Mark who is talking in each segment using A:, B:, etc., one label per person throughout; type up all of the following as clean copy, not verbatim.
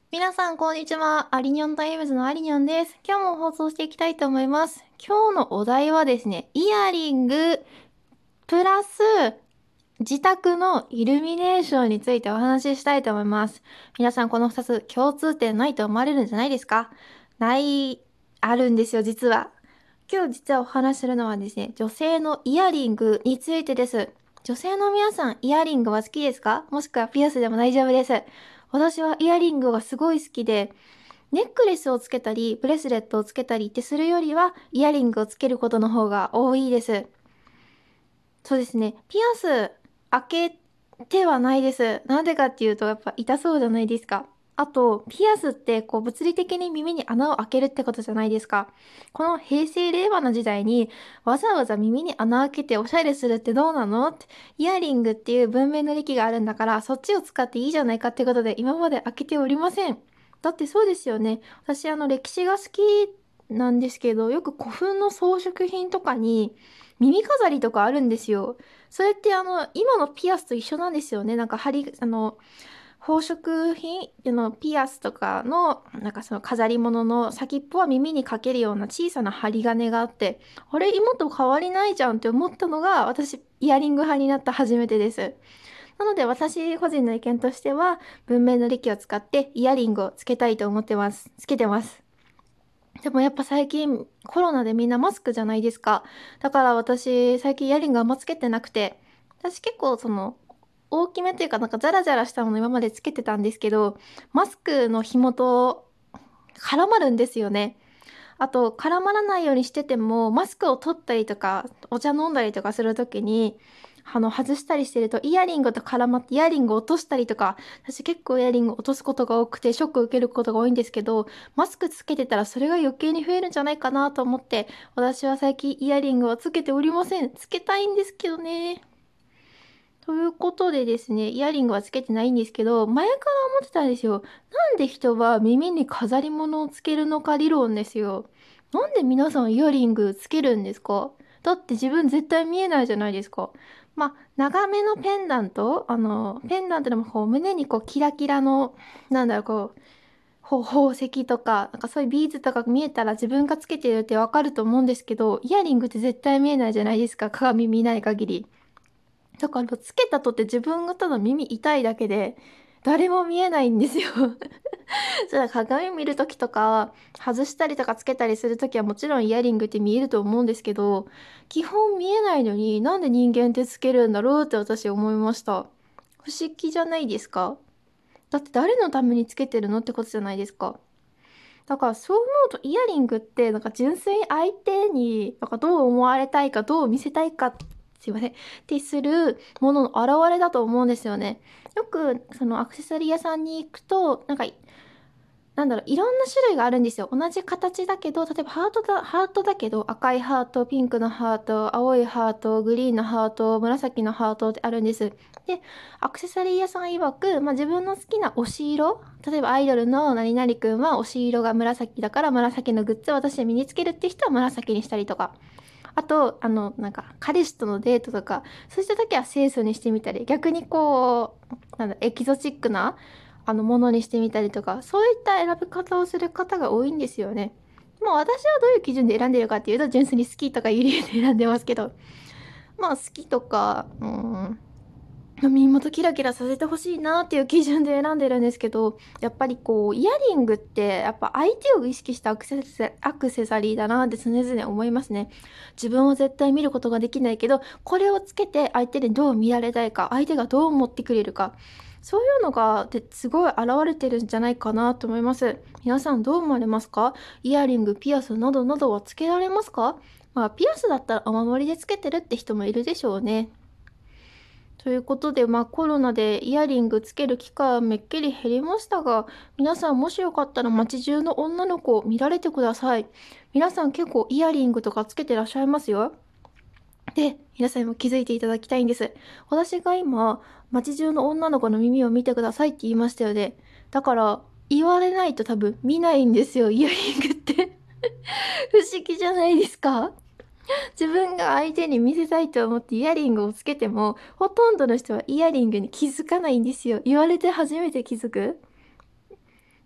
A: 皆さん、こんにちは。アリニョンタイムズのアリニョンです。今日も放送していきたいと思います。今日のお題はですね、イヤリングプラス自宅のイルミネーションについてお話ししたいと思います。皆さん、この2つ共通点ないと思われるんじゃないですか？ない、あるんですよ、実は。今日実はお話しするのはですね、女性のイヤリングについてです。女性の皆さん、イヤリングは好きですか？もしくはピアスでも大丈夫です。私はイヤリングがすごい好きで、ネックレスをつけたり、ブレスレットをつけたりってするよりは、イヤリングをつけることの方が多いです。そうですね。ピアス開けてはないです。なんでかっていうと、やっぱ痛そうじゃないですか。あと、ピアスってこう物理的に耳に穴を開けるってことじゃないですか。この平成令和の時代にわざわざ耳に穴開けておしゃれするってどうなのって、イヤリングっていう文明の利器があるんだから、そっちを使っていいじゃないかってことで今まで開けておりません。だってそうですよね。私歴史が好きなんですけど、よく古墳の装飾品とかに耳飾りとかあるんですよ。それって今のピアスと一緒なんですよね。なんか宝飾品、ピアスとかの、なんかその飾り物の先っぽは耳にかけるような小さな針金があって、あれ、今と変わりないじゃんって思ったのが、私、イヤリング派になった初めてです。なので、私個人の意見としては、文明の利器を使ってイヤリングをつけたいと思ってます。つけてます。でもやっぱ最近コロナでみんなマスクじゃないですか。だから私最近イヤリングあんまつけてなくて、私結構大きめというかなんかザラザラしたもの今までつけてたんですけど、マスクの紐と絡まるんですよね。あと絡まらないようにしててもマスクを取ったりとかお茶飲んだりとかするときに外したりしてるとイヤリングと絡まってイヤリングを落としたりとか、私結構イヤリング落とすことが多くてショックを受けることが多いんですけど、マスクつけてたらそれが余計に増えるんじゃないかなと思って、私は最近イヤリングはつけておりません。つけたいんですけどね。ということでですね、イヤリングはつけてないんですけど、前から思ってたんですよ。なんで人は耳に飾り物をつけるのか理論ですよ。なんで皆さんイヤリングつけるんですか？だって自分絶対見えないじゃないですか。まあ、長めのペンダント、ペンダントでもこう胸にこうキラキラの、なんだろう、こう、宝石とか、なんかそういうビーズとか見えたら自分がつけてるってわかると思うんですけど、イヤリングって絶対見えないじゃないですか。鏡見ない限り。だからつけたとって自分がただ耳痛いだけで誰も見えないんですよ。じゃあ鏡見るときとか外したりとかつけたりするときはもちろんイヤリングって見えると思うんですけど、基本見えないのになんで人間ってつけるんだろうって私思いました。不思議じゃないですか？だって誰のためにつけてるのってことじゃないですか。だからそう思うとイヤリングってなんか純粋に相手になんかどう思われたいかどう見せたいか、すいません、ってするものの表れだと思うんですよね。よくそのアクセサリー屋さんに行くとなんかいろんな種類があるんですよ。同じ形だけど、例えばハートだけど、赤いハート、ピンクのハート、青いハート、グリーンのハート、紫のハートってあるんです。で、アクセサリー屋さん曰く、まあ、自分の好きな推し色、例えばアイドルの何々くんは推し色が紫だから紫のグッズを私で身につけるって人は紫にしたりとか。あと、なんか、彼氏とのデートとか、そうした時は清楚にしてみたり、逆にこう、エキゾチックな、ものにしてみたりとか、そういった選び方をする方が多いんですよね。まあ、私はどういう基準で選んでるかっていうと、純粋に好きとかいう理由で選んでますけど、まあ、好きとか、耳元キラキラさせてほしいなっていう基準で選んでるんですけど、やっぱりこう、イヤリングって、やっぱ相手を意識したアクセサリーだなって常々思いますね。自分は絶対見ることができないけど、これをつけて相手にどう見られたいか、相手がどう思ってくれるか、そういうのがすごい現れてるんじゃないかなと思います。皆さんどう思われますか？イヤリング、ピアスなどなどはつけられますか？まあ、ピアスだったらお守りでつけてるって人もいるでしょうね。ということで、まあコロナでイヤリングつける機会はめっきり減りましたが、皆さんもしよかったら街中の女の子を見られてください。皆さん結構イヤリングとかつけてらっしゃいますよ。で、皆さんも気づいていただきたいんです。私が今、街中の女の子の耳を見てくださいって言いましたよね。だから、言われないと多分見ないんですよ、イヤリングって。不思議じゃないですか？自分が相手に見せたいと思ってイヤリングをつけても、ほとんどの人はイヤリングに気づかないんですよ。言われて初めて気づく。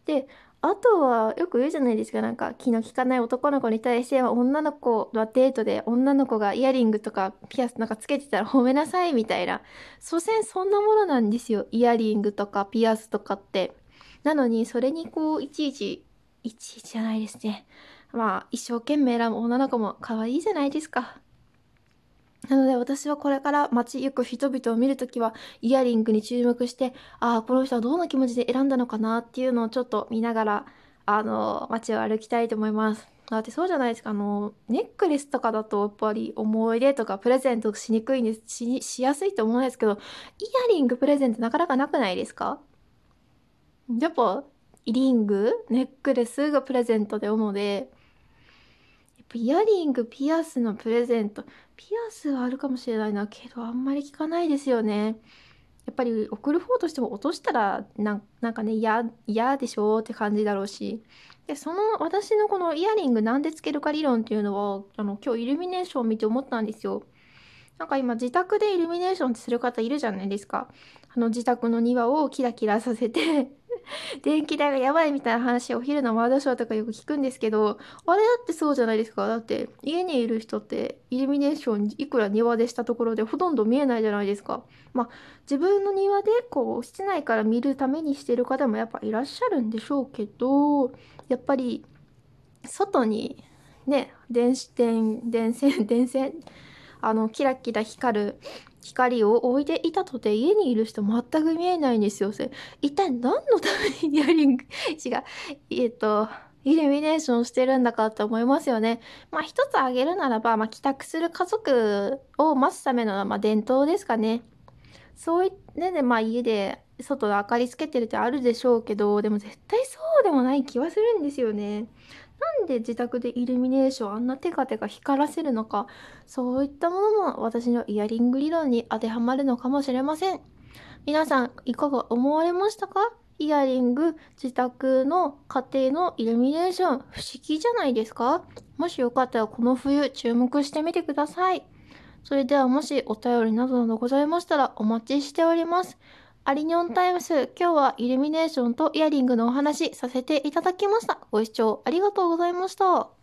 A: で、あとはよく言うじゃないですか。なんか気の利かない男の子に対しては女の子はデートで女の子がイヤリングとかピアスなんかつけてたら褒めなさいみたいな。所詮そんなものなんですよ。イヤリングとかピアスとかって。なのにそれにこういちいちじゃないですね。まあ一生懸命選ぶ女の子も可愛いじゃないですか。なので私はこれから街行く人々を見るときはイヤリングに注目して、ああ、この人はどんな気持ちで選んだのかなっていうのをちょっと見ながら、街を歩きたいと思います。だってそうじゃないですか。ネックレスとかだとやっぱり思い出とかプレゼントしにくいんです、しやすいと思うんですけど、イヤリングプレゼントなかなかなくないですか？やっぱ、リング、ネックレスがプレゼントで主で、やっぱイヤリング、ピアスのプレゼント。ピアスはあるかもしれないな。けど、あんまり聞かないですよね。やっぱり送る方としても落としたらなんかね、嫌でしょって感じだろうし。で、私のこのイヤリングなんでつけるか理論っていうのは、今日イルミネーションを見て思ったんですよ。なんか今自宅でイルミネーションする方いるじゃないですか。自宅の庭をキラキラさせて電気代がやばいみたいな話をお昼のワードショーとかよく聞くんですけど、あれだってそうじゃないですか。だって家にいる人ってイルミネーションいくら庭でしたところでほとんど見えないじゃないですか。まあ自分の庭でこう室内から見るためにしてる方もやっぱいらっしゃるんでしょうけど、やっぱり外にね、電線、キラキラ光る光を置いていたとて家にいる人全く見えないんですよ。一体何のためにイヤリング、違う、イルミネーションしてるんだかって思いますよね。まあ一つ挙げるならば、まあ帰宅する家族を待つための、まあ、伝統ですかね。そういってね、まあ家で外の明かりつけてるってあるでしょうけど、でも絶対そうでもない気はするんですよね。なんで自宅でイルミネーションあんなテカテカ光らせるのか、そういったものも私のイヤリング理論に当てはまるのかもしれません。皆さんいかが思われましたか？イヤリング、自宅の家庭のイルミネーション、不思議じゃないですか？もしよかったらこの冬注目してみてください。それではもしお便りなどなどございましたらお待ちしております。アリニョンタイムス、今日はイルミネーションとイヤリングのお話させていただきました。ご視聴ありがとうございました。